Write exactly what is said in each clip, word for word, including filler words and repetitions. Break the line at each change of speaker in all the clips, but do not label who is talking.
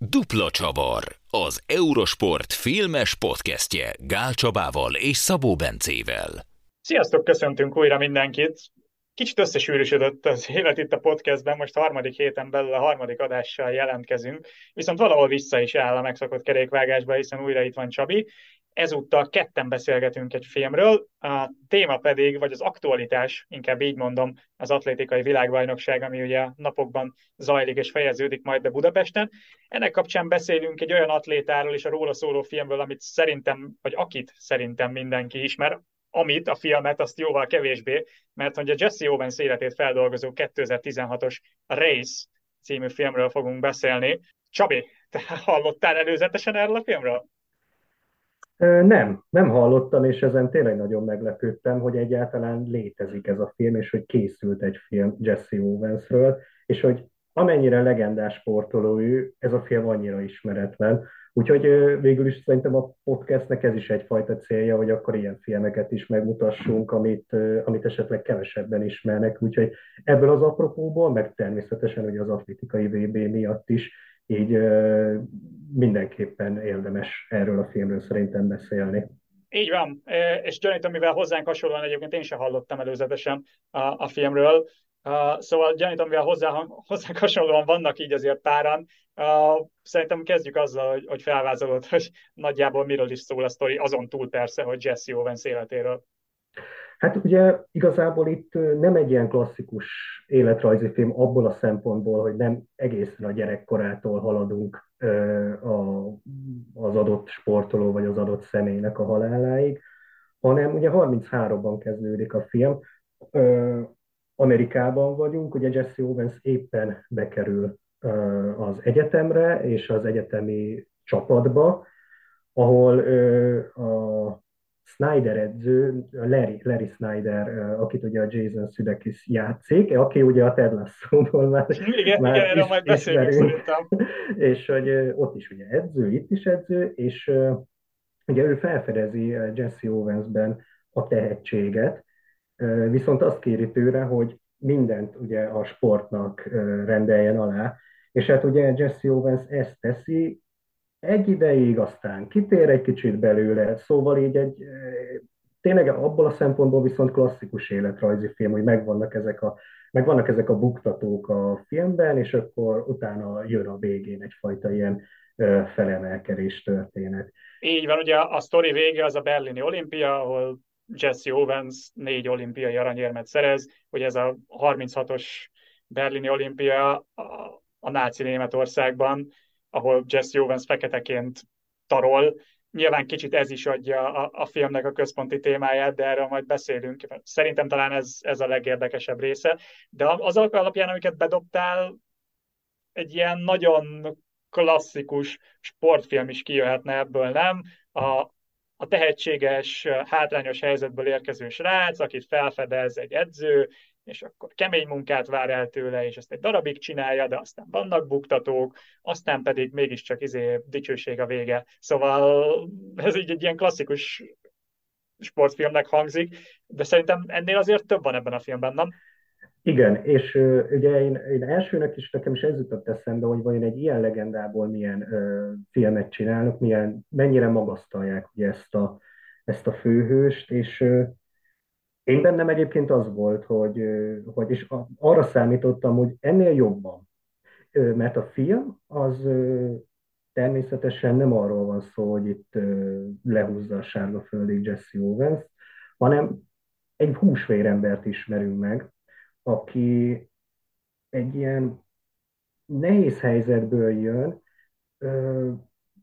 Dupla csavar, az Eurosport filmes podcastje Gál Csabával és Szabó Bencével.
Sziasztok, köszöntünk újra mindenkit! Kicsit összesűrűsödött az élet itt a podcastben, most harmadik héten belül a harmadik adással jelentkezünk, viszont valahol vissza is áll a megszokott kerékvágásba, hiszen újra itt van Csabi. Ezúttal ketten beszélgetünk egy filmről, a téma pedig, vagy az aktualitás, inkább így mondom, az atlétikai világbajnokság, ami ugye a napokban zajlik és fejeződik majd be Budapesten. Ennek kapcsán beszélünk egy olyan atlétáról és a róla szóló filmről, amit szerintem, vagy akit szerintem mindenki ismer, amit, a filmet, azt jóval kevésbé, mert hogy a Jesse Owens életét feldolgozó kétezer-tizenhatos Race című filmről fogunk beszélni. Csabi, te hallottál előzetesen erről a filmről?
Ö, Nem, nem hallottam, és ezen tényleg nagyon meglepődtem, hogy egyáltalán létezik ez a film, és hogy készült egy film Jesse Owensről, és hogy amennyire legendás sportoló ő, ez a film annyira ismeretlen. Úgyhogy ö, végül is szerintem a podcastnek ez is egyfajta célja, hogy akkor ilyen filmeket is megmutassunk, amit, ö, amit esetleg kevesebben ismernek. Úgyhogy ebből az apropóból, meg természetesen hogy az atlétikai vé bé miatt is, így ö, mindenképpen érdemes erről a filmről szerintem beszélni.
Így van, E, és gyanítom, mivel hozzánk hasonlóan egyébként én sem hallottam előzetesen a, a filmről, Uh, szóval gyanítom, mivel hozzá, hozzánk hasonlóan vannak így azért páran, uh, szerintem kezdjük azzal, hogy, hogy felvázolod, hogy nagyjából miről is szól a sztori, azon túl persze, hogy Jesse Owens életéről.
Hát ugye igazából itt ö, nem egy ilyen klasszikus életrajzi film abból a szempontból, hogy nem egészen a gyerekkorától haladunk ö, a, az adott sportoló vagy az adott személynek a haláláig, hanem ugye harmincháromban kezdődik a film. Ö, Amerikában vagyunk, ugye Jesse Owens éppen bekerül ö, az egyetemre és az egyetemi csapatba, ahol ö, a Snyder edző, Larry, Larry Snyder, ö, akit ugye a Jason Sudeikis játszik, aki ugye a Ted Lasso-ból már,
Igen, igen,
már
erről
is,
majd beszélünk
ismerünk,
szerintem.
és hogy ö, ott is ugye edző, itt is edző, és ö, ugye ő felfedezi ö, Jesse Owensben a tehetséget, ö, viszont azt kéri tőle, hogy mindent ugye a sportnak ö, rendeljen alá, és hát ugye Jesse Owens ezt teszi, egy ideig, aztán kitér egy kicsit belőle, szóval így egy eh, tényleg abból a szempontból viszont klasszikus életrajzi film, hogy megvannak ezek a, megvannak ezek a buktatók a filmben, és akkor utána jön a végén egyfajta ilyen ö, felemelkedés történet.
Így van, ugye a sztori vége az a berlini olimpia, ahol Jesse Owens négy olimpiai aranyérmet szerez, hogy ez a harminchatos berlini olimpia a, a náci Németországban, ahol Jesse Owens feketeként tarol. Nyilván kicsit ez is adja a, a filmnek a központi témáját, de erről majd beszélünk. Szerintem talán ez, ez a legérdekesebb része. De az alapján, amiket bedobtál, egy ilyen nagyon klasszikus sportfilm is kijöhetne ebből, nem? A, a tehetséges, hátrányos helyzetből érkező srác, akit felfedez egy edző, és akkor kemény munkát vár el tőle, és ezt egy darabig csinálja, de aztán vannak buktatók, aztán pedig mégiscsak izé dicsőség a vége. Szóval ez így egy ilyen klasszikus sportfilmnek hangzik, de szerintem ennél azért több van ebben a filmben, nem?
Igen, és ö, ugye én, én elsőnek is nekem is ez jutott eszembe, hogy vajon egy ilyen legendából milyen ö, filmet csinálnak, milyen, mennyire magasztalják ugye ezt a, ezt a főhőst, és ö, én bennem egyébként az volt, hogy, ö, hogy és a, arra számítottam, hogy ennél jobban, Ö, mert a film az ö, természetesen nem arról van szó, hogy itt ö, lehúzza a sárga földig Jesse Owens, hanem egy húsvérembert ismerünk meg, aki egy ilyen nehéz helyzetből jön, ö,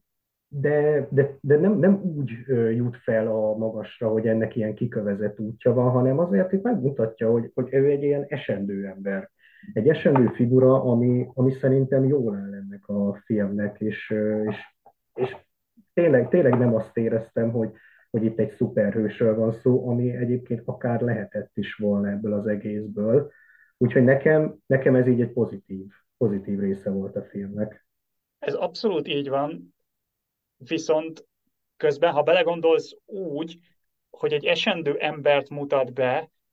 de, de, de nem, nem úgy ö, jut fel a magasra, hogy ennek ilyen kikövezett útja van, hanem azért itt megmutatja, hogy, hogy ő egy ilyen esendő ember. Egy esendő figura, ami, ami szerintem jól áll ennek a filmnek, és, ö, és, és tényleg, tényleg nem azt éreztem, hogy, hogy itt egy szuperhősről van szó, ami egyébként akár lehetett is volna ebből az egészből. Úgyhogy nekem, nekem ez így egy pozitív, pozitív része volt a filmnek.
Ez abszolút így van, viszont közben, ha belegondolsz úgy, hogy egy esendő embert mutat be,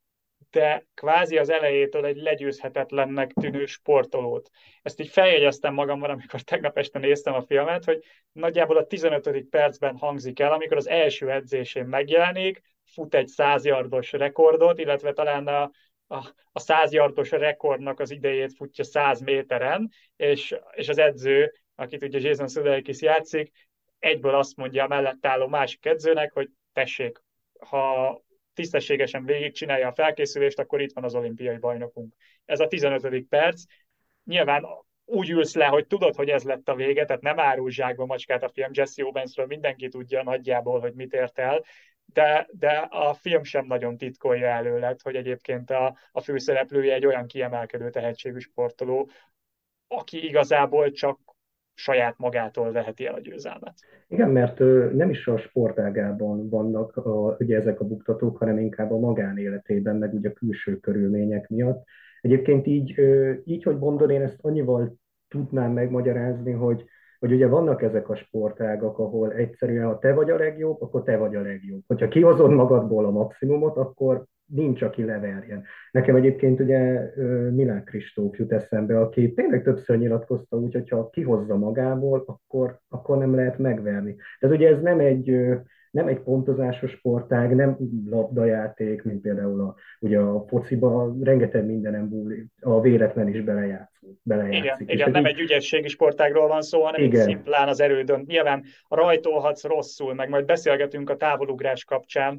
de kvázi az elejétől egy legyőzhetetlennek tűnő sportolót. Ezt így feljegyeztem magamban, amikor tegnap este néztem a filmet, hogy nagyjából a tizenötödik percben hangzik el, amikor az első edzésén megjelenik, fut egy száz yardos rekordot, illetve talán a, a, a száz yardos rekordnak az idejét futja száz méteren, és, és az edző, akit ugye Jason Sudeikis játszik, egyből azt mondja a mellett álló másik edzőnek, hogy tessék, ha tisztességesen végigcsinálja a felkészülést, akkor itt van az olimpiai bajnokunk. Ez a tizenötödik perc. Nyilván úgy ülsz le, hogy tudod, hogy ez lett a vége, tehát nem árul zsákba macskát a film. Jesse Owensről mindenki tudja nagyjából, hogy mit ért el, de, de a film sem nagyon titkolja előlet, hogy egyébként a, a főszereplője egy olyan kiemelkedő tehetségű sportoló, aki igazából csak saját magától veheti el a győzelmet.
Igen, mert ö, nem is a sportágában vannak a, ugye ezek a buktatók, hanem inkább a magánéletében, meg ugye a külső körülmények miatt. Egyébként így, ö, így hogy mondod, én ezt annyival tudnám megmagyarázni, hogy, hogy ugye vannak ezek a sportágak, ahol egyszerűen, ha te vagy a legjobb, akkor te vagy a legjobb. Hogyha kihozod magadból a maximumot, akkor nincs, aki leverjen. Nekem egyébként ugye ö, Milán Kristóf jut eszembe, aki tényleg többször nyilatkozta úgy, hogy ha kihozza magából, akkor, akkor nem lehet megverni. Tehát ugye ez nem egy, ö, nem egy pontozásos sportág, nem labdajáték, mint például a, ugye a fociban rengeteg mindenem múlik, a véletlen is belejátszik.
Igen,
belejátszik. És
igen,
ez
nem
így,
egy ügyességi sportágról van szó, hanem itt
igen,
szimplán az erődön. Nyilván rajtolhatsz rosszul, meg majd beszélgetünk a távolugrás kapcsán.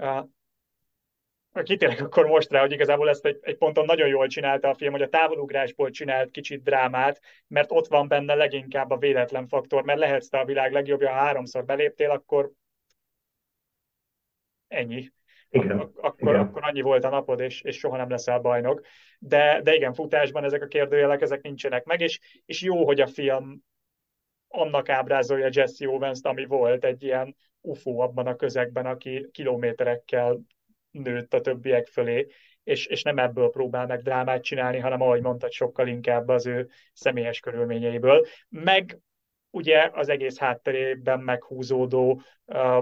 Uh, kitérek akkor most rá, hogy igazából ezt egy, egy ponton nagyon jól csinálta a film, hogy a távolugrásból csinált kicsit drámát, mert ott van benne leginkább a véletlen faktor, mert lehetsz te a világ legjobbja, ha háromszor beléptél, akkor ennyi. Ak-
igen,
ak- akkor,
igen.
akkor annyi volt a napod, és, és soha nem leszel bajnok. De, de igen, futásban ezek a kérdőjelek, ezek nincsenek meg, és, és jó, hogy a film annak ábrázolja Jesse Owens-t, ami volt egy ilyen ufó abban a közegben, aki kilométerekkel nőtt a többiek fölé, és, és nem ebből próbál meg drámát csinálni, hanem ahogy mondtad, sokkal inkább az ő személyes körülményeiből. Meg ugye az egész hátterében meghúzódó uh,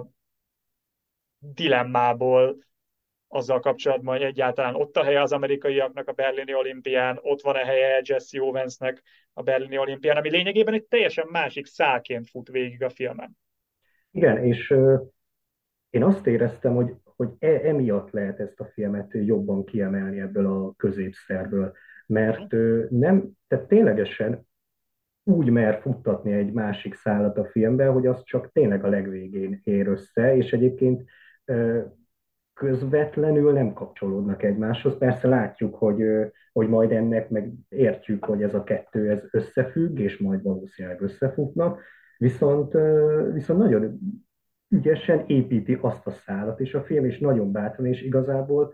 dilemmából, azzal kapcsolatban, hogy egyáltalán ott a helye az amerikaiaknak a berlini olimpián, ott van a helye Jesse Owensnek a berlini olimpián, ami lényegében egy teljesen másik szálként fut végig a filmen.
Igen, és ö, én azt éreztem, hogy, hogy e, emiatt lehet ezt a filmet jobban kiemelni ebből a középszerből, mert ö, nem, tehát ténylegesen úgy mer futtatni egy másik szállat a filmben, hogy az csak tényleg a legvégén ér össze, és egyébként ö, közvetlenül nem kapcsolódnak egymáshoz. Persze látjuk, hogy, ö, hogy majd ennek meg értjük, hogy ez a kettő ez összefügg, és majd valószínűleg összefutnak, viszont, ö, viszont nagyon ügyesen építi azt a szálat, és a film is nagyon bátran, és igazából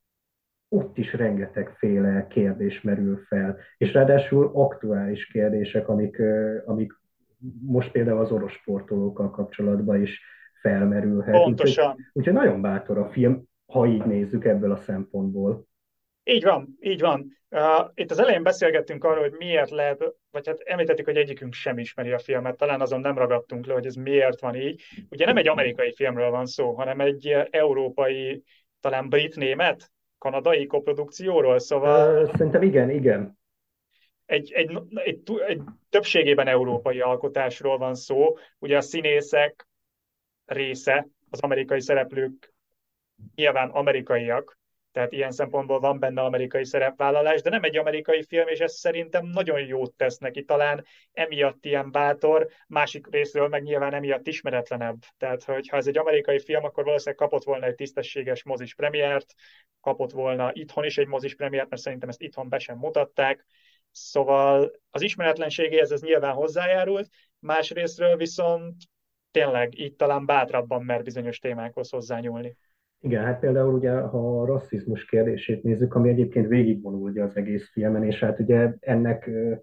ott is rengetegféle kérdés merül fel, és ráadásul aktuális kérdések, amik, ö, amik most például az orosz sportolókkal kapcsolatban is felmerülhet. Úgyhogy,
Pontosan.
úgyhogy nagyon bátor a film, ha így nézzük ebből a szempontból.
Így van, így van. Uh, itt az elején beszélgettünk arról, hogy miért lehet, vagy hát említettük, hogy egyikünk sem ismeri a filmet, talán azon nem ragadtunk le, hogy ez miért van így. Ugye nem egy amerikai filmről van szó, hanem egy európai, talán brit-német, kanadai koprodukcióról, szóval
Ö, Szerintem igen, igen.
egy, egy, egy, egy többségében európai alkotásról van szó. Ugye a színészek része, az amerikai szereplők nyilván amerikaiak, tehát ilyen szempontból van benne amerikai szerepvállalás, de nem egy amerikai film, és ez szerintem nagyon jót tesz neki, talán emiatt ilyen bátor, másik részről meg nyilván emiatt ismeretlenebb. Tehát, hogy ha ez egy amerikai film, akkor valószínűleg kapott volna egy tisztességes mozis premiért, kapott volna itthon is egy mozis premiért, mert szerintem ezt itthon be sem mutatták. Szóval az ismeretlenségéhez ez nyilván hozzájárult, másrésztről viszont tényleg így talán bátrabban mer bizonyos témákhoz hozzányúlni.
Igen, hát például ugye, ha a rasszizmus kérdését nézzük, ami egyébként végigvonul ugye az egész filmen, és hát ugye ennek, ö,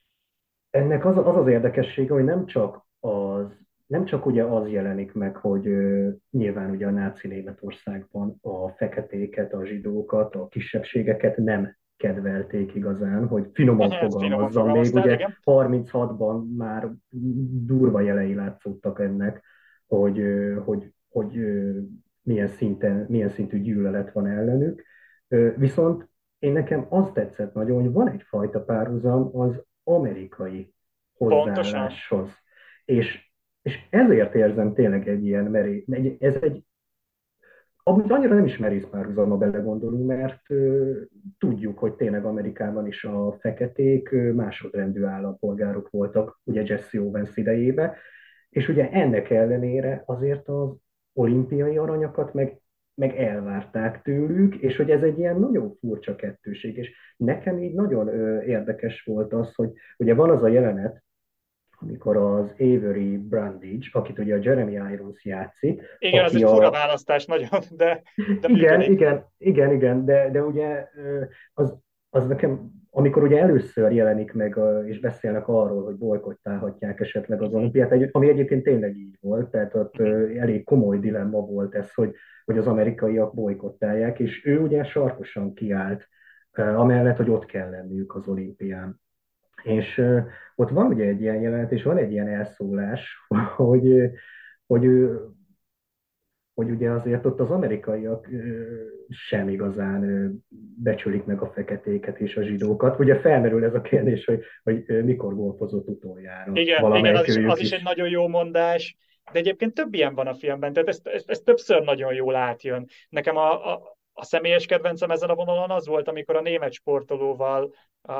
ennek az, az az érdekessége, hogy nem csak az, nem csak ugye az jelenik meg, hogy ö, nyilván ugye a náci Németországban a feketéket, a zsidókat, a kisebbségeket nem kedvelték igazán, hogy finoman
Ezt finoman
fogalmazzam, még
fogalmaztál,
ugye
igen.
harminchatban már durva jelei látszottak ennek, hogy, ö, hogy, hogy ö, milyen szinten, milyen szintű gyűlölet van ellenük. Viszont én nekem azt tetszett nagyon, hogy van egyfajta párhuzam az amerikai
Pontosan.
hozzáálláshoz. És, és ezért érzem tényleg egy ilyen meré, egy, ez egy, amúgy annyira nem is merész párhuzamra belegondolunk, mert ö, tudjuk, hogy tényleg Amerikában is a feketék ö, másodrendű állampolgárok voltak, ugye Jesse Owens idejében, és ugye ennek ellenére azért az olimpiai aranyakat meg, meg elvárták tőlük, és hogy ez egy ilyen nagyon furcsa kettőség, és nekem így nagyon ö, érdekes volt az, hogy ugye van az a jelenet, amikor az Avery Brandage, akit ugye a Jeremy Irons játszik,
Igen, ez
aki
egy fura
a...
választás nagyon, de, de
Igen,
működik.
igen, igen, igen, de, de ugye ö, az, az nekem, amikor ugye először jelenik meg, ö, és beszélnek arról, hogy bolykottálhatják esetleg az
Uh-huh.
olimpiát, egy- ami egyébként tényleg így volt, tehát ott
Uh-huh.
ö, elég komoly dilemma volt ez, hogy, hogy az amerikaiak bolykottálják, és ő ugye sarkosan kiállt, ö, amellett, hogy ott kell lenniük az olimpián. És ö, ott van ugye egy ilyen jelenet, és van egy ilyen elszólás, hogy, ö, hogy ő hogy ugye azért ott az amerikaiak ö, sem igazán ö, becsülik meg a feketéket és a zsidókat. Ugye felmerül ez a kérdés, hogy, hogy ö, mikor golfozott utoljára
Igen, igen, az
valamelyik
is, az
őjük
is egy
is.
nagyon jó mondás, de egyébként több ilyen van a filmben, tehát ez, ez, ez többször nagyon jól átjön. Nekem a, a, a személyes kedvencem ezen a vonalon az volt, amikor a német sportolóval a,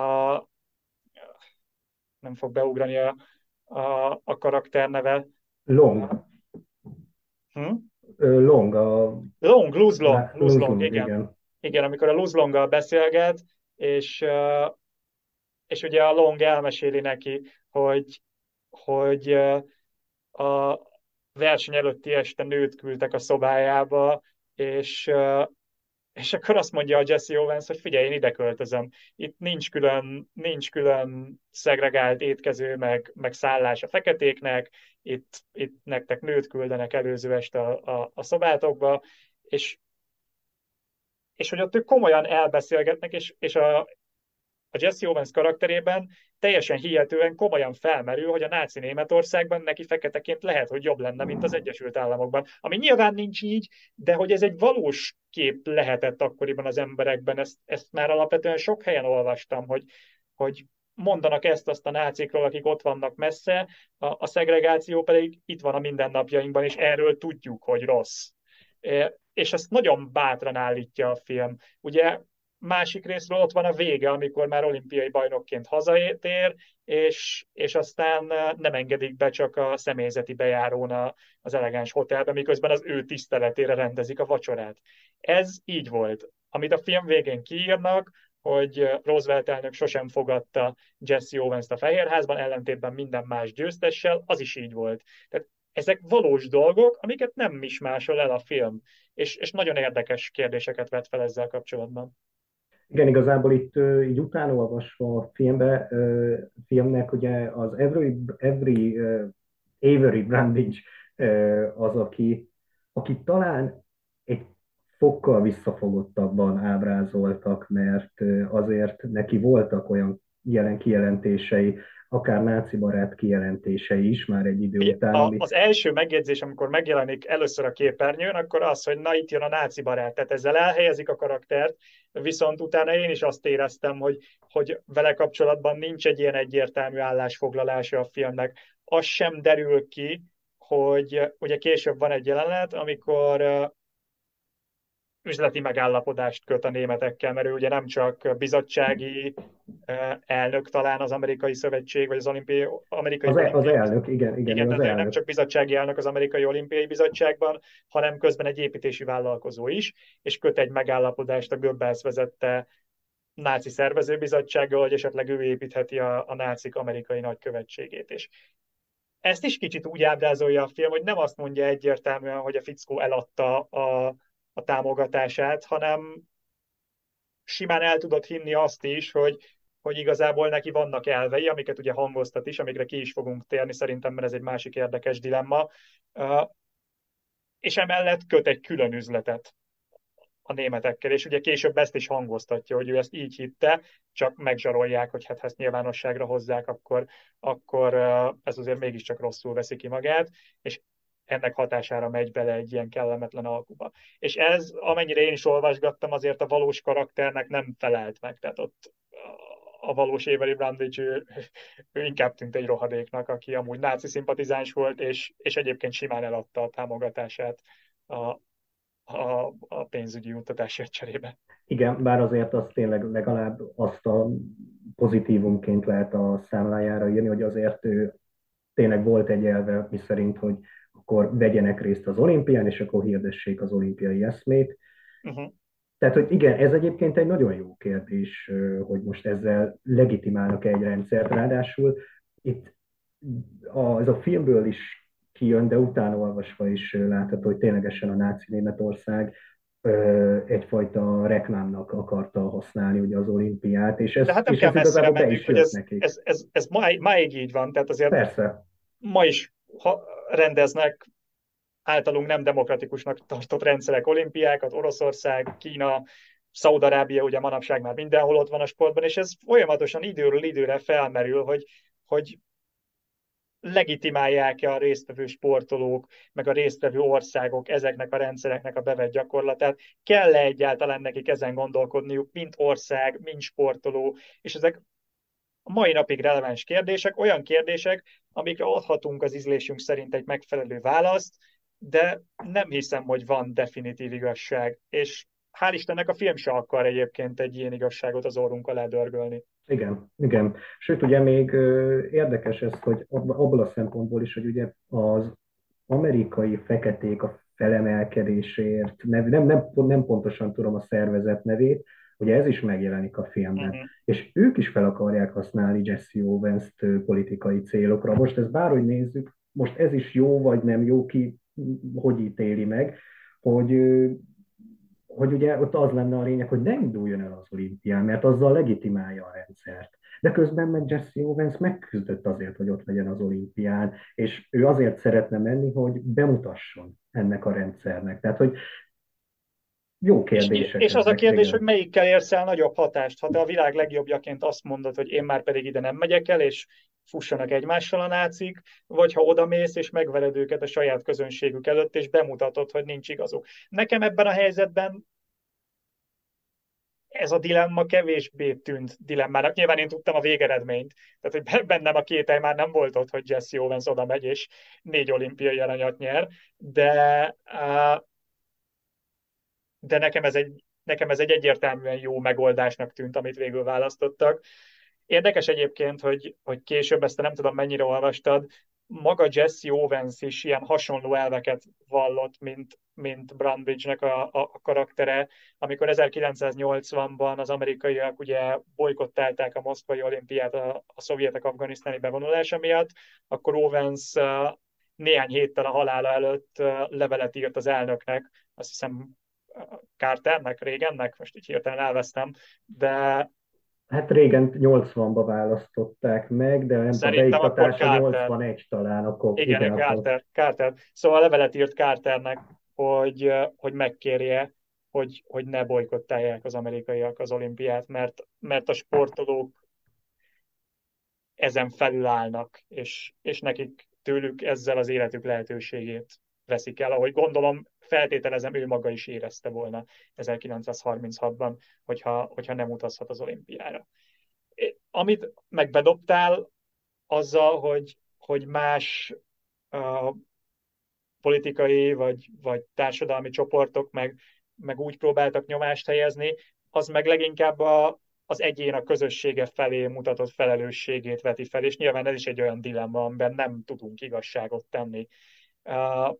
nem fog beugrani a, a, a karakterneve.
Long,
Hm?
ö, long, a
Long, Luz Long,
lá-
Luz Long,
Luzlung,
igen.
igen.
Igen, amikor a Luz Longgal beszélget, és, uh, és ugye a Long elmeséli neki, hogy, hogy uh, a verseny előtti este nőt küldtek a szobájába, és, uh, és akkor azt mondja a Jesse Owens, hogy figyelj, én ide költözöm. Itt nincs külön, nincs külön szegregált étkező, meg, meg szállás a feketéknek, itt, itt nektek nőt küldenek előző este a, a, a szobátokba, és és hogy ott ők komolyan elbeszélgetnek, és, és a, a Jesse Owens karakterében teljesen hihetően komolyan felmerül, hogy a náci Németországban neki feketeként lehet, hogy jobb lenne, mint az Egyesült Államokban. Ami nyilván nincs így, de hogy ez egy valós kép lehetett akkoriban az emberekben, ezt, ezt már alapvetően sok helyen olvastam, hogy, hogy mondanak ezt-azt a nácikról, akik ott vannak messze, a, a szegregáció pedig itt van a mindennapjainkban, és erről tudjuk, hogy rossz. E, És ezt nagyon bátran állítja a film. Ugye másik részről ott van a vége, amikor már olimpiai bajnokként hazatér, és, és aztán nem engedik be csak a személyzeti bejárón az elegáns hotelbe, miközben az ő tiszteletére rendezik a vacsorát. Ez így volt. Amit a film végén kiírnak, hogy Roosevelt elnök sosem fogadta Jesse Owens-t a Fehérházban, ellentétben minden más győztessel, az is így volt. Tehát ezek valós dolgok, amiket nem is másol el a film, és, és nagyon érdekes kérdéseket vet fel ezzel kapcsolatban.
Igen, igazából itt ö, így utána olvasva a filmbe, ö, filmnek ugye az Every, Every ö, Avery Brandage ö, az, aki, aki talán egy fokkal visszafogottabban ábrázoltak, mert ö, azért neki voltak olyan jelen kijelentései, akár náci barát kijelentései is már egy idő
Ugye,
után,
a,
ami
az első megjegyzés, amikor megjelenik először a képernyőn, akkor az, hogy na itt jön a náci barát, tehát ezzel elhelyezik a karaktert, viszont utána én is azt éreztem, hogy, hogy vele kapcsolatban nincs egy ilyen egyértelmű állásfoglalása a filmnek. Az sem derül ki, hogy ugye később van egy jelenet, amikor üzleti megállapodást köt a németekkel, mert ő ugye nem csak bizottsági elnök talán az Amerikai Szövetség, vagy az olimpiai, Amerikai
az, e- az
Olimpiai
elnök, igen, igen,
Igen,
ő az
tehát ő nem
elnök.
csak bizottsági elnök az Amerikai Olimpiai Bizottságban, hanem közben egy építési vállalkozó is, és köt egy megállapodást a Goebbels vezette náci szervezőbizottsággal, hogy esetleg ő építheti a, a nácik amerikai nagykövetségét. És ezt is kicsit úgy ábrázolja a film, hogy nem azt mondja egyértelműen, hogy a fickó eladta a, a támogatását, hanem simán el tudod hinni azt is, hogy, hogy igazából neki vannak elvei, amiket ugye hangoztat is, amikre ki is fogunk térni szerintem, mert ez egy másik érdekes dilemma, és emellett köt egy külön üzletet a németekkel, és ugye később ezt is hangoztatja, hogy ő ezt így hitte, csak megzsarolják, hogy hát ha ezt nyilvánosságra hozzák, akkor, akkor ez azért mégiscsak rosszul veszi ki magát, és ennek hatására megy bele egy ilyen kellemetlen alkuba. És ez, amennyire én is olvasgattam, azért a valós karakternek nem felelt meg. Tehát ott a valós Avery Brundage, ő, ő inkább tűnt egy rohadéknak, aki amúgy náci szimpatizáns volt, és, és egyébként simán eladta a támogatását a, a, a pénzügyi juttatásért cserébe.
Igen, bár azért azt tényleg legalább azt a pozitívumként lehet a számlájára írni, hogy azért ő tényleg volt egy elve, miszerint, hogy akkor vegyenek részt az olimpián, és akkor hirdessék az olimpiai eszmét.
Uh-huh.
Tehát, hogy igen, ez egyébként egy nagyon jó kérdés, hogy most ezzel legitimálnak egy rendszert. Ráadásul itt a, ez a filmből is kijön, de utána olvasva is látható, hogy ténylegesen a náci Németország egyfajta reklámnak akarta használni ugye az olimpiát, és ez,
de hát nem
és
kell
ez
messzire
igazából be
mennünk,
is
hogy
jött
ez,
nekik.
ez, ez, ez máig, máig így van, tehát azért
Persze.
ma is ha rendeznek általunk nem demokratikusnak tartott rendszerek olimpiákat, Oroszország, Kína, Szaúd-Arábia, ugye manapság már mindenhol ott van a sportban, és ez folyamatosan időről időre felmerül, hogy, hogy legitimálják-e a résztvevő sportolók, meg a résztvevő országok ezeknek a rendszereknek a bevett gyakorlatát, kell-e egyáltalán nekik ezen gondolkodniuk, mint ország, mint sportoló, és ezek a mai napig releváns kérdések, olyan kérdések, amikre adhatunk az ízlésünk szerint egy megfelelő választ, de nem hiszem, hogy van definitív igazság, és hál' Istennek a film se akar egyébként egy ilyen igazságot az orrunk alá dörgölni.
Igen, igen. Sőt, ugye még ö, érdekes ez, hogy ab- abból a szempontból is, hogy ugye az amerikai feketék a felemelkedésért, nev, nem, nem, nem pontosan tudom a szervezet nevét, ugye ez is megjelenik a filmben.
Uh-huh.
És ők is fel akarják használni Jesse Owens-t ö, politikai célokra. Most ezt bárhogy nézzük, most ez is jó vagy nem jó, ki hogy ítéli meg, hogy ö, hogy ugye ott az lenne a lényeg, hogy ne induljon el az olimpián, mert azzal legitimálja a rendszert. De közben meg Jesse Owens megküzdött azért, hogy ott legyen az olimpián, és ő azért szeretne menni, hogy bemutasson ennek a rendszernek. Tehát, hogy jó
És,
kérdések
és az a
ezek,
kérdés,
igen.
hogy melyikkel érsz el nagyobb hatást. Ha te a világ legjobbjaként azt mondod, hogy én már pedig ide nem megyek el, és fussanak egymással a nácik, vagy ha odamész, és megvered őket a saját közönségük előtt, és bemutatod, hogy nincs igazuk. Nekem ebben a helyzetben ez a dilemma kevésbé tűnt dilemmának. Nyilván én tudtam a végeredményt, tehát hogy bennem a kételj már nem volt ott, hogy Jesse Owens oda megy, és négy olimpiai aranyat nyer, de, de nekem, ez egy, nekem ez egy egyértelműen jó megoldásnak tűnt, amit végül választottak. Érdekes egyébként, hogy, hogy később, ezt nem tudom mennyire olvastad, maga Jesse Owens is ilyen hasonló elveket vallott, mint, mint Brundage-nek a, a, a karaktere, amikor ezerkilencszáznyolcvanban az amerikaiak ugye bolykottálták a moszkvai olimpiát a, a szovjetek afganisztáni bevonulása miatt, akkor Owens uh, néhány héttel a halála előtt uh, levelet írt az elnöknek, azt hiszem uh, Carternek, Reagannek, most így hirtelen elvesztem, de
Hát régen nyolcvanba választották meg, de nem a
szerintem akkor
beiktatása
Carter.
nyolcvanegy talán, akkor
Igen,
igen,
Carter,
akkor...
Carter. Szóval levelet írt Carternek, hogy, hogy megkérje, hogy, hogy ne bolykottálják az amerikaiak az olimpiát, mert, mert a sportolók ezen felül állnak, és, és nekik tőlük ezzel az életük lehetőségét veszik el, ahogy gondolom, feltételezem, ő maga is érezte volna ezerkilencszázharminchatban, hogyha, hogyha nem utazhat az olimpiára. Amit megbedobtál azzal, hogy, hogy más uh, politikai vagy, vagy társadalmi csoportok meg, meg úgy próbáltak nyomást helyezni, az meg leginkább a, az egyén a közössége felé mutatott felelősségét veti fel, és nyilván ez is egy olyan dilemma, amiben nem tudunk igazságot tenni. Uh,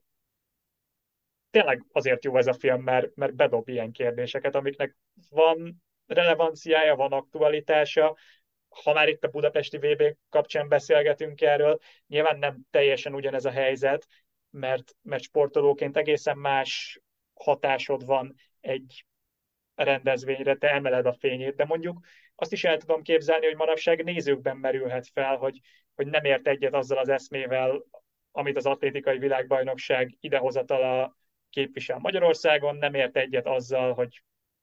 tényleg azért jó ez a film, mert, mert bedob ilyen kérdéseket, amiknek van relevanciája, van aktualitása. Ha már itt a budapesti vé bé kapcsán beszélgetünk erről, nyilván nem teljesen ugyanez a helyzet, mert, mert sportolóként egészen más hatásod van egy rendezvényre, te emeled a fényét, de mondjuk azt is el tudom képzelni, hogy manapság nézőkben merülhet fel, hogy, hogy nem ért egyet azzal az eszmével, amit az atlétikai világbajnokság idehozatala képvisel Magyarországon, nem ért egyet azzal, hogy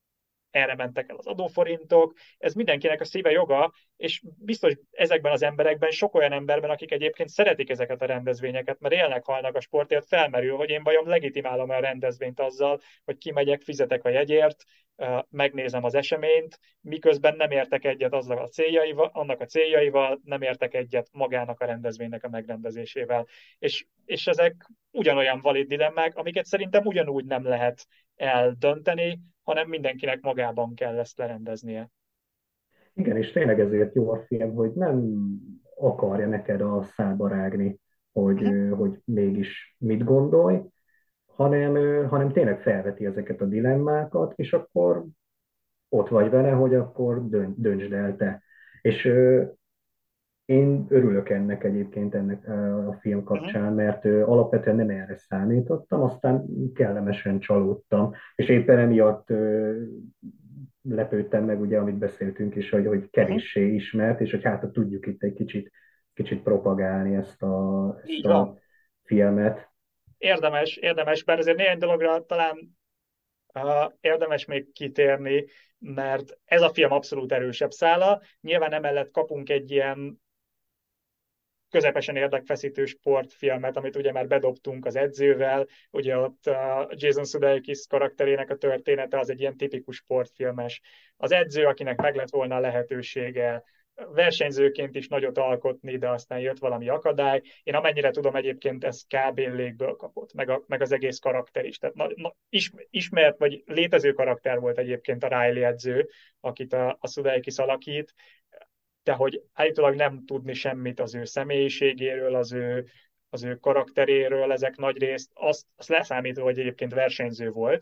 erre mentek el az adóforintok, ez mindenkinek a szíve joga, és biztos ezekben az emberekben, sok olyan emberben, akik egyébként szeretik ezeket a rendezvényeket, mert élnek, halnak a sportért, felmerül, hogy én vajon legitimálom a rendezvényt azzal, hogy kimegyek, fizetek a jegyért, megnézem az eseményt, miközben nem értek egyet azzal a céljaival, annak a céljaival, nem értek egyet magának a rendezvénynek a megrendezésével. És, és ezek ugyanolyan valid dilemmák, amiket szerintem ugyanúgy nem lehet eldönteni, hanem mindenkinek magában kell ezt lerendeznie.
Igen, és tényleg ezért jó a film, hogy nem akarja neked a szádba rágni, hogy,
Uh-huh.
ö, hogy mégis mit gondolj, hanem, ö, hanem tényleg felveti ezeket a dilemmákat, és akkor ott vagy vele, hogy akkor dön, döntsd el te. És ö, én örülök ennek egyébként ennek ö, a film
Uh-huh.
kapcsán, mert ö, alapvetően nem erre számítottam, aztán kellemesen csalódtam, és éppen emiatt ö, lepődtem meg, ugye, amit beszéltünk is, hogy, hogy
Uh-huh.
kevéssé ismert, és hogy hát tudjuk itt egy kicsit, kicsit propagálni ezt a, ezt
Így
a
van.
filmet.
Érdemes, érdemes, bár azért néhány dologra talán uh, érdemes még kitérni, mert ez a film abszolút erősebb szála. Nyilván emellett kapunk egy ilyen közepesen érdekfeszítő sportfilmet, amit ugye már bedobtunk az edzővel, ugye ott a Jason Sudeikis karakterének a története az egy ilyen tipikus sportfilmes. Az edző, akinek meg lett volna a lehetősége versenyzőként is nagyot alkotni, de aztán jött valami akadály. Én amennyire tudom, egyébként ez kb. Légből kapott, meg, a, meg az egész karakter is. Tehát na, na, ismert, vagy létező karakter volt egyébként a Riley edző, akit a, a Sudeikis alakít, de hogy állítólag nem tudni semmit az ő személyiségéről, az ő, az ő karakteréről, ezek nagy részt, azt, azt leszámítva, hogy egyébként versenyző volt,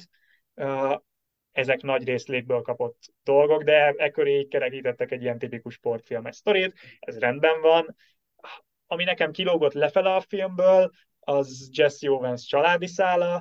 ezek nagy részt légből kapott dolgok, de ekkor így kerekítettek egy ilyen tipikus sportfilmes sztorit, ez rendben van. Ami nekem kilógott lefele a filmből, az Jesse Owens családi szála,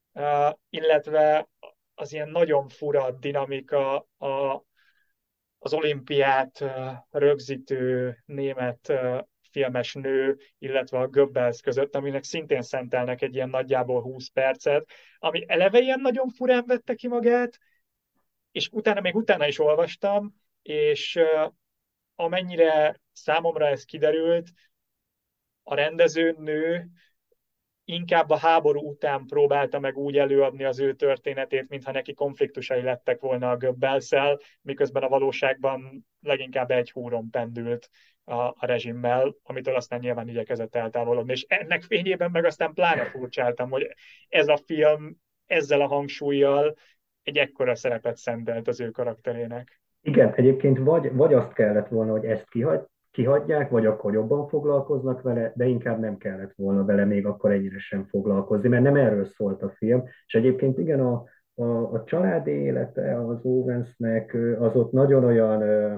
illetve az ilyen nagyon fura dinamika a, az olimpiát rögzítő német filmes nő, illetve a Goebbels között, aminek szintén szentelnek egy ilyen nagyjából húsz percet, ami eleve ilyen nagyon furán vette ki magát, és utána még utána is olvastam, és amennyire számomra ez kiderült, a rendezőnő inkább a háború után próbálta meg úgy előadni az ő történetét, mintha neki konfliktusai lettek volna a Goebbels-szel, miközben a valóságban leginkább egy húron pendült a, a rezsimmel, amitől aztán nyilván igyekezett eltávolodni. És ennek fényében meg aztán pláne furcsáltam, hogy ez a film ezzel a hangsúlyjal egy ekkora szerepet szentelt az ő karakterének.
Igen, egyébként vagy, vagy azt kellett volna, hogy ezt kihagy, kihagyják, vagy akkor jobban foglalkoznak vele, de inkább nem kellett volna vele még akkor ennyire sem foglalkozni, mert nem erről szólt a film. És egyébként igen, a, a, a családi élete az Owensnek az ott nagyon olyan,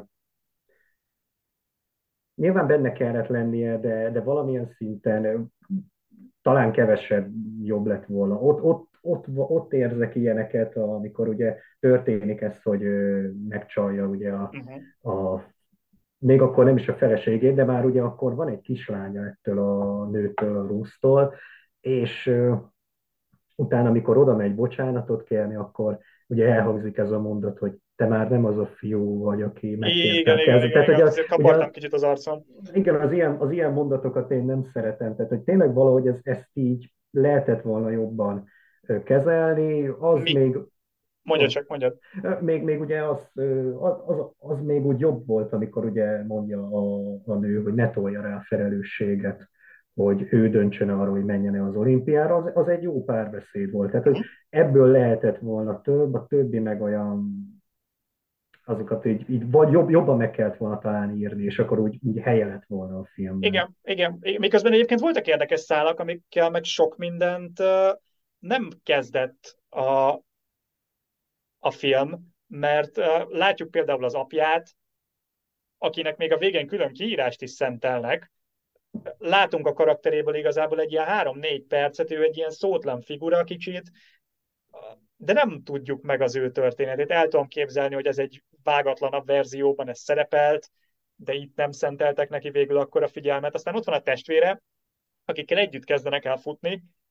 nyilván benne kellett lennie, de, de valamilyen szinten talán kevesebb jobb lett volna. Ott, ott, ott, ott érzek ilyeneket, amikor ugye történik ez, hogy megcsalja ugye a,
Uh-huh.
a még akkor nem is a feleségét, de már ugye akkor van egy kislánya ettől a nőtől, a Rusztól, és uh, utána, amikor oda megy bocsánatot kérni, akkor ugye elhangzik ez a mondat, hogy te már nem az a fiú vagy, aki megkérte
Igen,
a
igen,
kezet.
igen,
Tehát,
igen,
hogy a,
azért
ugye,
kapartam kicsit az arcon.
igen, az ilyen, az ilyen mondatokat én nem szeretem. Tehát, hogy tényleg valahogy ez, ezt így lehetett volna jobban ö, kezelni, az
Mi?
még
Mondja csak, mondja.
még, még ugye az, az, az, az még úgy jobb volt, amikor ugye mondja a, a nő, hogy ne tolja rá a felelősséget, hogy ő döntsön arról, hogy menjen-e az olimpiára, az, az egy jó párbeszéd volt. Tehát, hogy
Uh-huh.
ebből lehetett volna több, a többi meg olyan azokat így, így vagy jobb, jobban meg kellett volna talán írni, és akkor úgy, úgy helye lett volna a filmben.
Igen, igen. Miközben egyébként voltak érdekes szálak, amikkel meg sok mindent uh, nem kezdett a, a film, mert uh, látjuk például az apját, akinek még a végén külön kiírást is szentelnek. Látunk a karakteréből igazából egy ilyen három-négy percet, ő egy ilyen szótlan figura kicsit, de nem tudjuk meg az ő történetét. El tudom képzelni, hogy ez egy vágatlanabb verzióban ez szerepelt, de itt nem szenteltek neki végül akkor a figyelmet. Aztán ott van a testvére, akikkel együtt kezdenek el futni,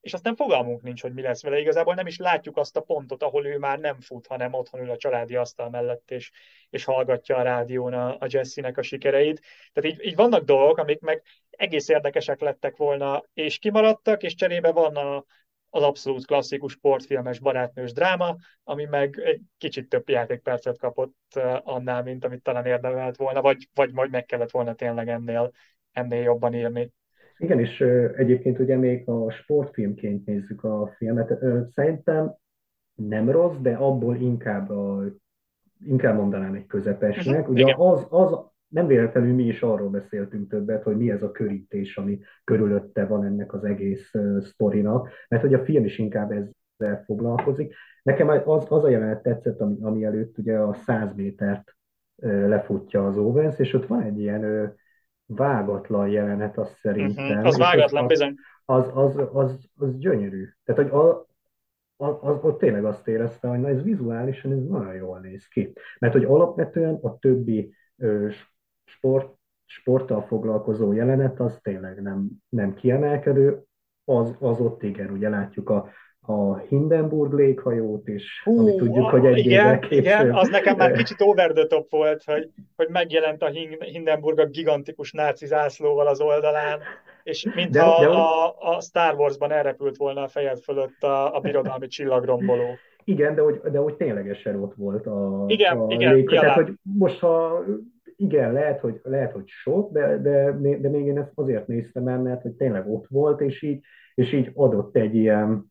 és aztán fogalmunk nincs, hogy mi lesz vele. Igazából nem is látjuk azt a pontot, ahol ő már nem fut, hanem otthon ül a családi asztal mellett, és, és hallgatja a rádión a, a Jesse-nek a sikereit. Tehát így, így vannak dolgok, amik meg egész érdekesek lettek volna, és kimaradtak, és cserébe van a, az abszolút klasszikus sportfilmes barátnős dráma, ami meg egy kicsit több játékpercet kapott uh, annál, mint amit talán érdemelt volna, vagy, vagy majd meg kellett volna tényleg ennél, ennél jobban írni.
Igen, és ö, egyébként ugye még a sportfilmként nézzük a filmet. Ö, Szerintem nem rossz, de abból inkább, a, inkább mondanám egy
Uh-huh.
közepesnek. Ugye
Igen.
az, az nem véletlenül mi is arról beszéltünk többet, hogy mi ez a körítés, ami körülötte van ennek az egész uh, sztorinak, mert hogy a film is inkább ezzel foglalkozik. Nekem az, az a jelenet tetszett, ami, ami előtt ugye a száz métert uh, lefutja az Owens, és ott van egy ilyen uh, vágatlan jelenet, azt
Uh-huh.
szerintem,
Az
és az,
vágatlan
az,
bizony.
az, az, az, az gyönyörű. Tehát, hogy a, az, az, ott tényleg azt érezte, hogy na, ez vizuálisan ez nagyon jól néz ki. Mert hogy alapvetően a többi ö, sport, sporttal foglalkozó jelenet az tényleg nem, nem kiemelkedő, az, az ott igen, ugye látjuk a, a Hindenburg léghajót is, ami
Hú,
tudjuk, hogy egy évvel
igen, igen,
később.
az nekem már kicsit over the top volt, hogy, hogy megjelent a Hindenburg a gigantikus náci zászlóval az oldalán, és mintha
De, de
a, a Star Warsban elrepült volna a fejed fölött a, a birodalmi csillagromboló.
igen, de hogy, de hogy ténylegesen ott volt a,
Igen,
a
igen,
légkör. Tehát,
nyilván.
hogy most, ha igen, lehet, hogy, lehet, hogy sok, de, de, de még én ezt azért néztem el, mert hogy tényleg ott volt, és így, és így adott egy ilyen,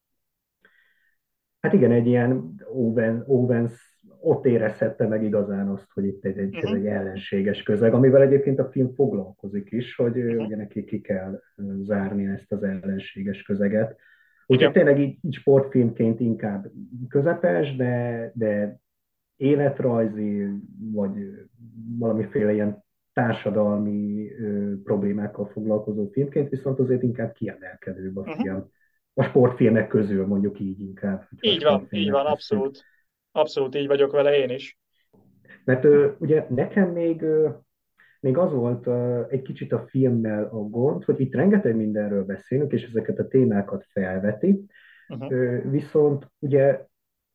hát igen, egy ilyen Owens, Owens ott érezhette meg igazán azt, hogy itt egy, egy, ez
Uh-huh,
egy ellenséges közeg, amivel egyébként a film foglalkozik is, hogy ö,
uh-huh.
ugye neki ki kell ö, zárni ezt az ellenséges közeget. Úgyhogy
Igen.
tényleg így, így sportfilmként inkább közepes, de, de életrajzi, vagy valamiféle ilyen társadalmi ö, problémákkal foglalkozó filmként, viszont azért inkább kiemelkedőbb a
Uh-huh.
film. A sportfilmek közül mondjuk így inkább, hogyha a
Így van, így
sportfilmet
van,
tesszük.
abszolút. Abszolút így vagyok vele én is.
Mert ö, ugye nekem még, ö, még az volt ö, egy kicsit a filmmel a gond, hogy itt rengeteg mindenről beszélünk, és ezeket a témákat felveti,
Uh-huh.
ö, viszont ugye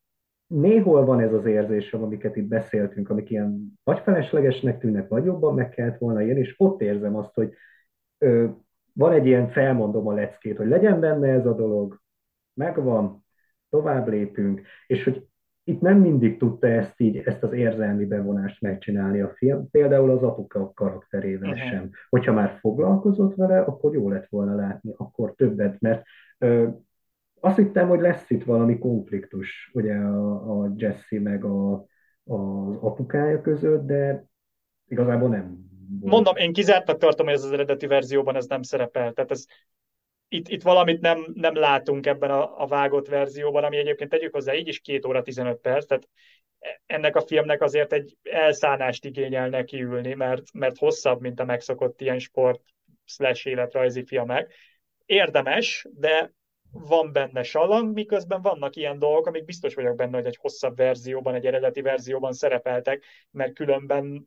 néhol van ez az érzésem, amiket itt beszéltünk, amik ilyen vagy feleslegesnek tűnnek, vagy jobban meg kellett volna ilyen, és ott érzem azt, hogy ö, van egy ilyen felmondom a leckét, hogy legyen benne ez a dolog, megvan, tovább lépünk, és hogy itt nem mindig tudta ezt így, ezt az érzelmi bevonást megcsinálni a film, például az apuka karakterével
Uh-huh.
sem. Hogyha már foglalkozott vele, akkor jó lett volna látni, akkor többet, mert ö, azt hittem, hogy lesz itt valami konfliktus, ugye a, a Jesse meg a, az apukája között, de igazából nem volt.
Mondom, én kizártnak tartom, hogy ez az eredeti verzióban ez nem szerepel. Tehát ez, itt, itt valamit nem, nem látunk ebben a, a vágott verzióban, ami egyébként tegyük hozzá, így is két óra tizenöt perc, tehát ennek a filmnek azért egy elszánást igényel neki ülni, mert, mert hosszabb, mint a megszokott ilyen sport slash életrajzi filmek. Érdemes, de van benne salang, miközben vannak ilyen dolgok, amik biztos vagyok benne, hogy egy hosszabb verzióban, egy eredeti verzióban szerepeltek, mert különben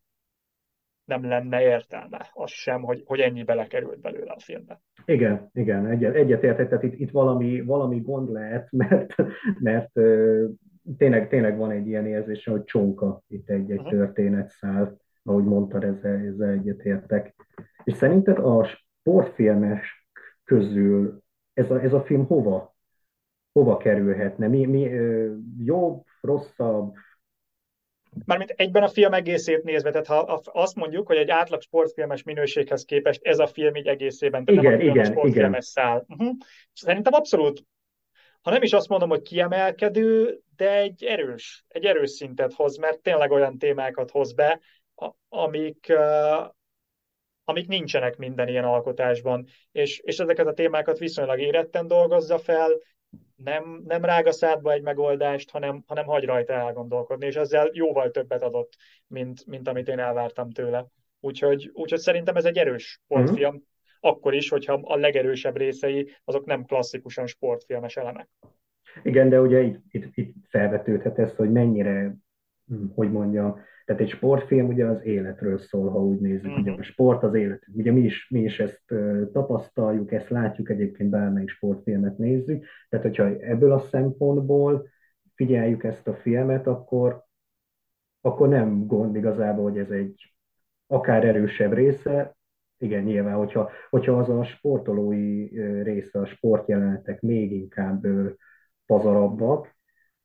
nem lenne értelme az sem, hogy, hogy ennyi belekerült belőle a filmbe.
Igen, igen, egyet, egyetértek, tehát itt, itt valami, valami gond lehet, mert, mert ö, tényleg, tényleg van egy ilyen érzés, hogy csonka itt egy-egy
Uh-huh.
történetszál, ahogy mondtad, ezzel, ezzel egyetértek. És szerinted a sportfilmes közül ez a, ez a film hova, hova kerülhetne? Mi, mi ö, jobb, rosszabb?
Mármint egyben a film egészét nézve, tehát ha azt mondjuk, hogy egy átlag sportfilmes minőséghez képest ez a film így egészében, tehát nem a
Igen,
külön a
igen,
sportfilmes
igen.
szál. Uh-huh. Szerintem abszolút, ha nem is azt mondom, hogy kiemelkedő, de egy erős, egy erős szintet hoz, mert tényleg olyan témákat hoz be, amik, uh, amik nincsenek minden ilyen alkotásban, és, és ezeket a témákat viszonylag éretten dolgozza fel, nem, nem rág a szádba egy megoldást, hanem, hanem hagy rajta elgondolkodni, és ezzel jóval többet adott, mint, mint amit én elvártam tőle. Úgyhogy, úgyhogy szerintem ez egy erős
Uh-huh.
sportfilm, akkor is, hogyha a legerősebb részei azok nem klasszikusan sportfilmes elemek.
Igen, de ugye itt, itt, itt felvetődhet ez, hogy mennyire, hm, hogy mondjam, Tehát egy sportfilm ugye az életről szól, ha úgy nézzük, ugye
Uh-huh.
a sport az élet. Ugye mi is, mi is ezt uh, tapasztaljuk, ezt látjuk egyébként bármelyik sportfilmet nézzük, tehát hogyha ebből a szempontból figyeljük ezt a filmet, akkor, akkor nem gond igazából, hogy ez egy akár erősebb része, igen, nyilván, hogyha, hogyha az a sportolói ö, része, a sportjelenetek még inkább ö, pazarabbak,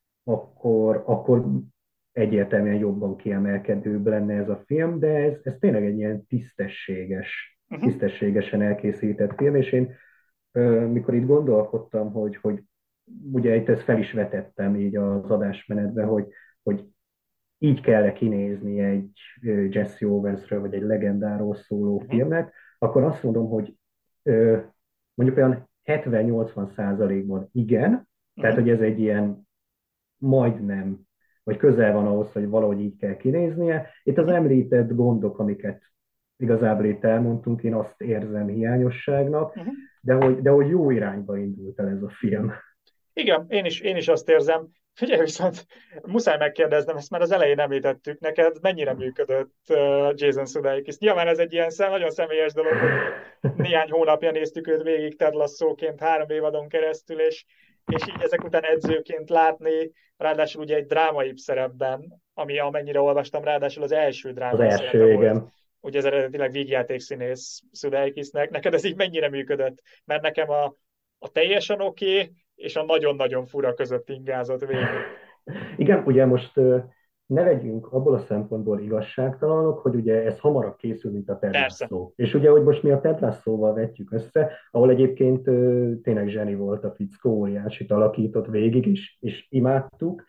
akkor, akkor egyértelműen jobban kiemelkedőbb lenne ez a film, de ez, ez tényleg egy ilyen tisztességes,
Uh-huh.
tisztességesen elkészített film, és én ö, mikor itt gondolkodtam, hogy, hogy ugye itt ezt fel is vetettem így az adásmenetben, hogy, hogy így kell kinézni egy ö, Jesse Owensről, vagy egy legendáról szóló
Uh-huh.
filmnek, akkor azt mondom, hogy ö, mondjuk olyan hetven-nyolcvan százalékban igen, tehát
Uh-huh.
hogy ez egy ilyen majdnem, vagy közel van ahhoz, hogy valahogy így kell kinéznie. Itt az
Uh-huh.
említett gondok, amiket igazából itt elmondtunk, én azt érzem hiányosságnak,
Uh-huh.
de hogy, de hogy jó irányba indult el ez a film.
Igen, én is, én is azt érzem. Figyelj, viszont muszáj megkérdeznem, ezt már az elején említettük neked, mennyire működött uh, Jason Sudeikis. Nyilván ez egy ilyen szem, nagyon személyes dolog, hogy néhány hónapja néztük őt végig Ted Lasso-ként három évadon keresztül, és, és így ezek után edzőként látni, ráadásul ugye egy drámaibb szerepben, ami amennyire olvastam, ráadásul az első
Az
drámai szerepe
első,
volt.
igen.
Ugye ez eredetileg vígjátékszínész Sudeikisnek. Neked ez így mennyire működött? Mert nekem a, a teljesen oké, okay, és a nagyon-nagyon fura között ingázott végig.
Igen, ugye most ö, ne legyünk abból a szempontból igazságtalanok, hogy ugye ez hamarabb készül, mint a Ted
Persze.
Lasso. És ugye, hogy most mi a Ted Lasso-val vetjük össze, ahol egyébként ö, tényleg zseni volt a fickó, óriásit alakított végig, és, és imádtuk.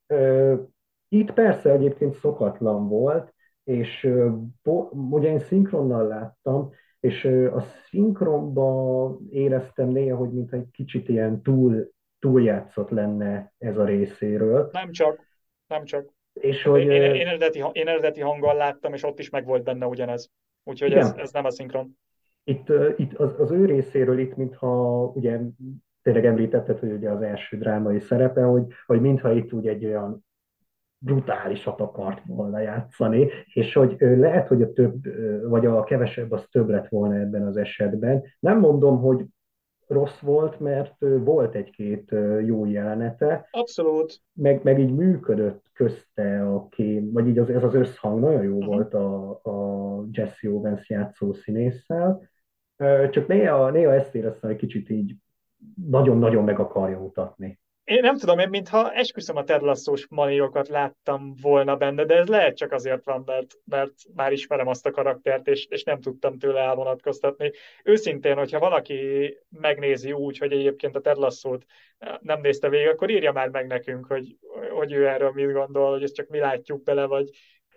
Ö, Itt persze egyébként szokatlan volt, és ö, bo, ugye én szinkronnal láttam, és ö, a szinkronban éreztem néha, hogy mintha egy kicsit ilyen túl, túljátszott lenne ez a részéről.
Nem csak, nem csak.
És
Hát
hogy
én, én,
ö,
én, eredeti, én eredeti hanggal láttam, és ott is meg volt benne ugyanez. Úgyhogy ez,
igen,
ez nem a szinkron.
itt, ö, itt az, az ő részéről itt, mintha ugye tényleg említetted, hogy ugye az első drámai szerepe, hogy, hogy mintha itt úgy egy olyan brutálisat akart volna játszani, és hogy ö, lehet, hogy a több, ö, vagy a kevesebb az több lett volna ebben az esetben. Nem mondom, hogy rossz volt, mert ö, volt egy-két ö, jó jelenete,
Abszolút.
meg, meg így működött közte a kém, vagy így az, ez az összhang nagyon jó
Uh-huh.
volt a, a Jesse Owens játszó színésszel, Ö, csak néha, néha ezt éreztem, hogy kicsit így nagyon-nagyon meg akarja mutatni.
Én nem tudom, én mintha esküszöm a Ted Lasso-s manírokat láttam volna benne, de ez lehet csak azért van, mert, mert már ismerem azt a karaktert, és, és nem tudtam tőle elvonatkoztatni. Őszintén, hogyha valaki megnézi úgy, hogy egyébként a Ted Lasso-t nem nézte végig, akkor írja már meg nekünk, hogy, hogy ő erről mit gondol, hogy ezt csak mi látjuk bele, vagy,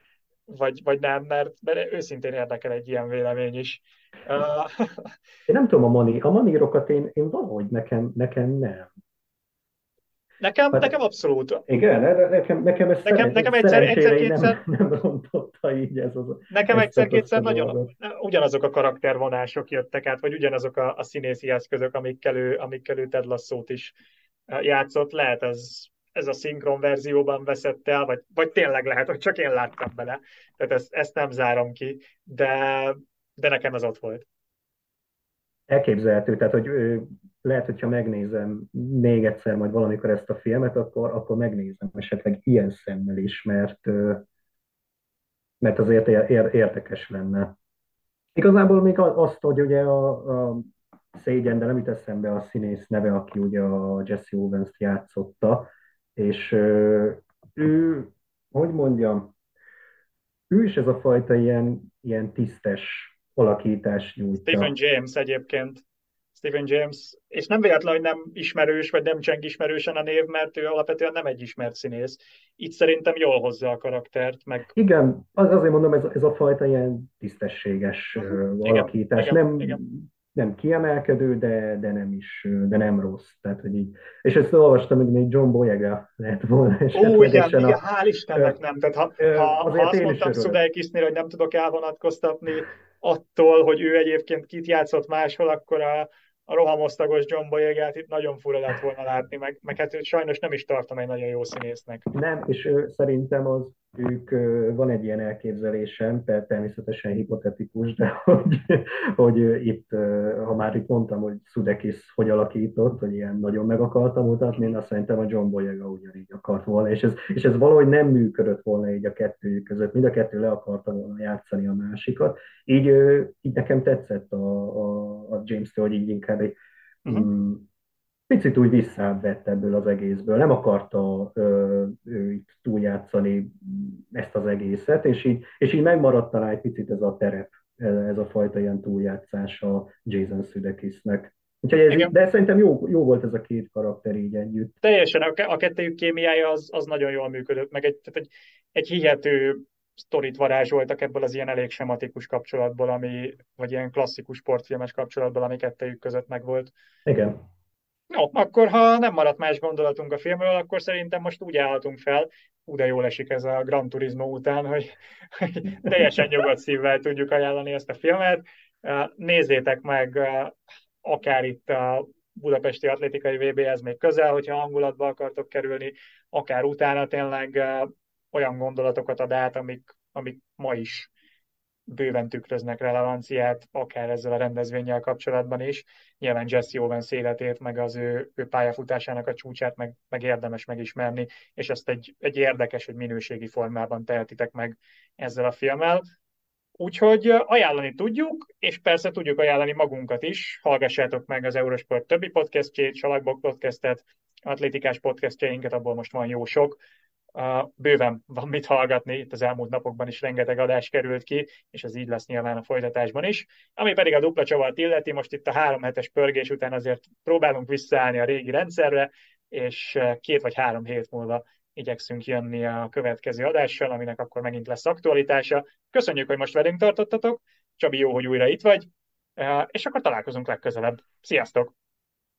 vagy, vagy nem, mert, mert őszintén érdekel egy ilyen vélemény is. Uh,
Én nem tudom a mani, a manírokat én, én valahogy nekem, nekem nem.
nekem,
Hát
nekem abszolút.
igen, erre- nekem, nekem ez
Nekem,
szeren,
nekem egyszer,
szerencsére így
egyszer-kétszer
nem, nem rontotta így ez az,
Nekem
ezt, a- ezt
egyszer-kétszer
a
nagyon
dolgot.
ugyanazok a karaktervonások jöttek át, vagy ugyanazok a, a színészi eszközök, amikkel ő, amikkel ő Ted Lasso-t is eh, játszott. Lehet ez, ez a szinkron verzióban veszett el, vagy, vagy tényleg lehet, hogy csak én láttam bele. Tehát ezt, ezt nem zárom ki, de, de nekem ez ott volt.
Elképzelhető, tehát hogy ő, lehet, hogyha megnézem még egyszer majd valamikor ezt a filmet, akkor, akkor megnézem esetleg ilyen szemmel is, mert, ö, mert azért ér, ér, érdekes lenne. Igazából még a- azt, hogy ugye a, a szégyen, de nem jut eszembe a színész neve, aki ugye a Jesse Owens-t játszotta, és ö, ő, hogy mondjam, ő is ez a fajta ilyen, ilyen tisztes alakítást
Stephen
nyújtja.
James egyébként. Stephen James, és nem véletlen, hogy nem ismerős, vagy nem cseng ismerősen a név, mert ő alapvetően nem egy ismert színész. Itt szerintem jól hozza a karaktert, meg
Igen, az, azért mondom, ez, ez a fajta ilyen tisztességes
uh-huh.
ö,
Igen,
alakítás.
igen,
Nem,
igen.
nem kiemelkedő, de, de nem is, ö, de nem rossz. Tehát, hogy így, és ezt olvastam, hogy még John Boyega lehet volna
Ó, igen,
esetlegesen
igen,
a,
hál'
ö,
Istennek nem. Tehát ha, ha,
ö,
ha
azért
azt
én is
mondtam
örülök.
Sudeikisnél, hogy nem tudok elvonatkoztatni attól, hogy ő egyébként kit játszott máshol, akkor a, a rohamosztagos John Boyegát itt nagyon fura lett volna látni, meg, meg hát őt sajnos nem is tartom egy nagyon jó színésznek.
Nem, és ö, szerintem az ők, ö, van egy ilyen elképzelésem, per- természetesen hipotetikus, de hogy, hogy ö, itt, ö, ha már itt mondtam, hogy Sudeikis hogy alakított, hogy ilyen nagyon meg akarta mutatni, én azt szerintem a John Boyega ugyanígy akart volna, és ez, és ez valahogy nem működött volna így a kettőjük között, mind a kettő le akarta volna játszani a másikat. Így, ö, így nekem tetszett a, a, a James-től, hogy így inkább egy,
Uh-huh.
mm, picit úgy visszavett ebből az egészből. Nem akarta ö, ő itt túljátszani ezt az egészet, és így, és így megmaradt talán egy picit ez a terep, ez a fajta ilyen túljátszás a Jason Sudeikisnek. Úgyhogy ez,
Igen,
de szerintem jó, jó volt ez a két karakter így együtt.
teljesen a, ke- a kettőjük kémiája az, az nagyon jól működött, meg egy, tehát egy, egy hihető sztorit varázsoltak ebből az ilyen elég sematikus kapcsolatból, ami, vagy ilyen klasszikus sportfilmes kapcsolatból, ami kettőjük között megvolt.
Igen.
No, akkor ha nem maradt más gondolatunk a filmről, akkor szerintem most úgy állhatunk fel, hú, de jól esik ez a Gran Turismo után, hogy, hogy teljesen nyugodt szívvel tudjuk ajánlani ezt a filmet. Nézzétek meg akár itt a Budapesti Atlétikai vé béhez még közel, hogyha hangulatba akartok kerülni, akár utána tényleg olyan gondolatokat ad át, amik, amik ma is bőven tükröznek relevanciát, akár ezzel a rendezvénnyel kapcsolatban is. Nyilván Jesse Owens életét, meg az ő, ő pályafutásának a csúcsát, meg, meg érdemes megismerni, és ezt egy, egy érdekes, egy minőségi formában tehetitek meg ezzel a filmmel. Úgyhogy ajánlani tudjuk, és persze tudjuk ajánlani magunkat is. Hallgassátok meg az Eurosport többi podcastjét, Salakbok podcastet, atlétikás podcastjainket, abból most van jó sok. Uh, bőven van mit hallgatni, itt az elmúlt napokban is rengeteg adás került ki, és ez így lesz nyilván a folytatásban is. Ami pedig a dupla csavart illeti, most itt a három hetes pörgés után azért próbálunk visszaállni a régi rendszerre, és két vagy három hét múlva igyekszünk jönni a következő adással, aminek akkor megint lesz aktualitása. Köszönjük, hogy most velünk tartottatok. Csabi, jó, hogy újra itt vagy, és akkor találkozunk legközelebb. Sziasztok!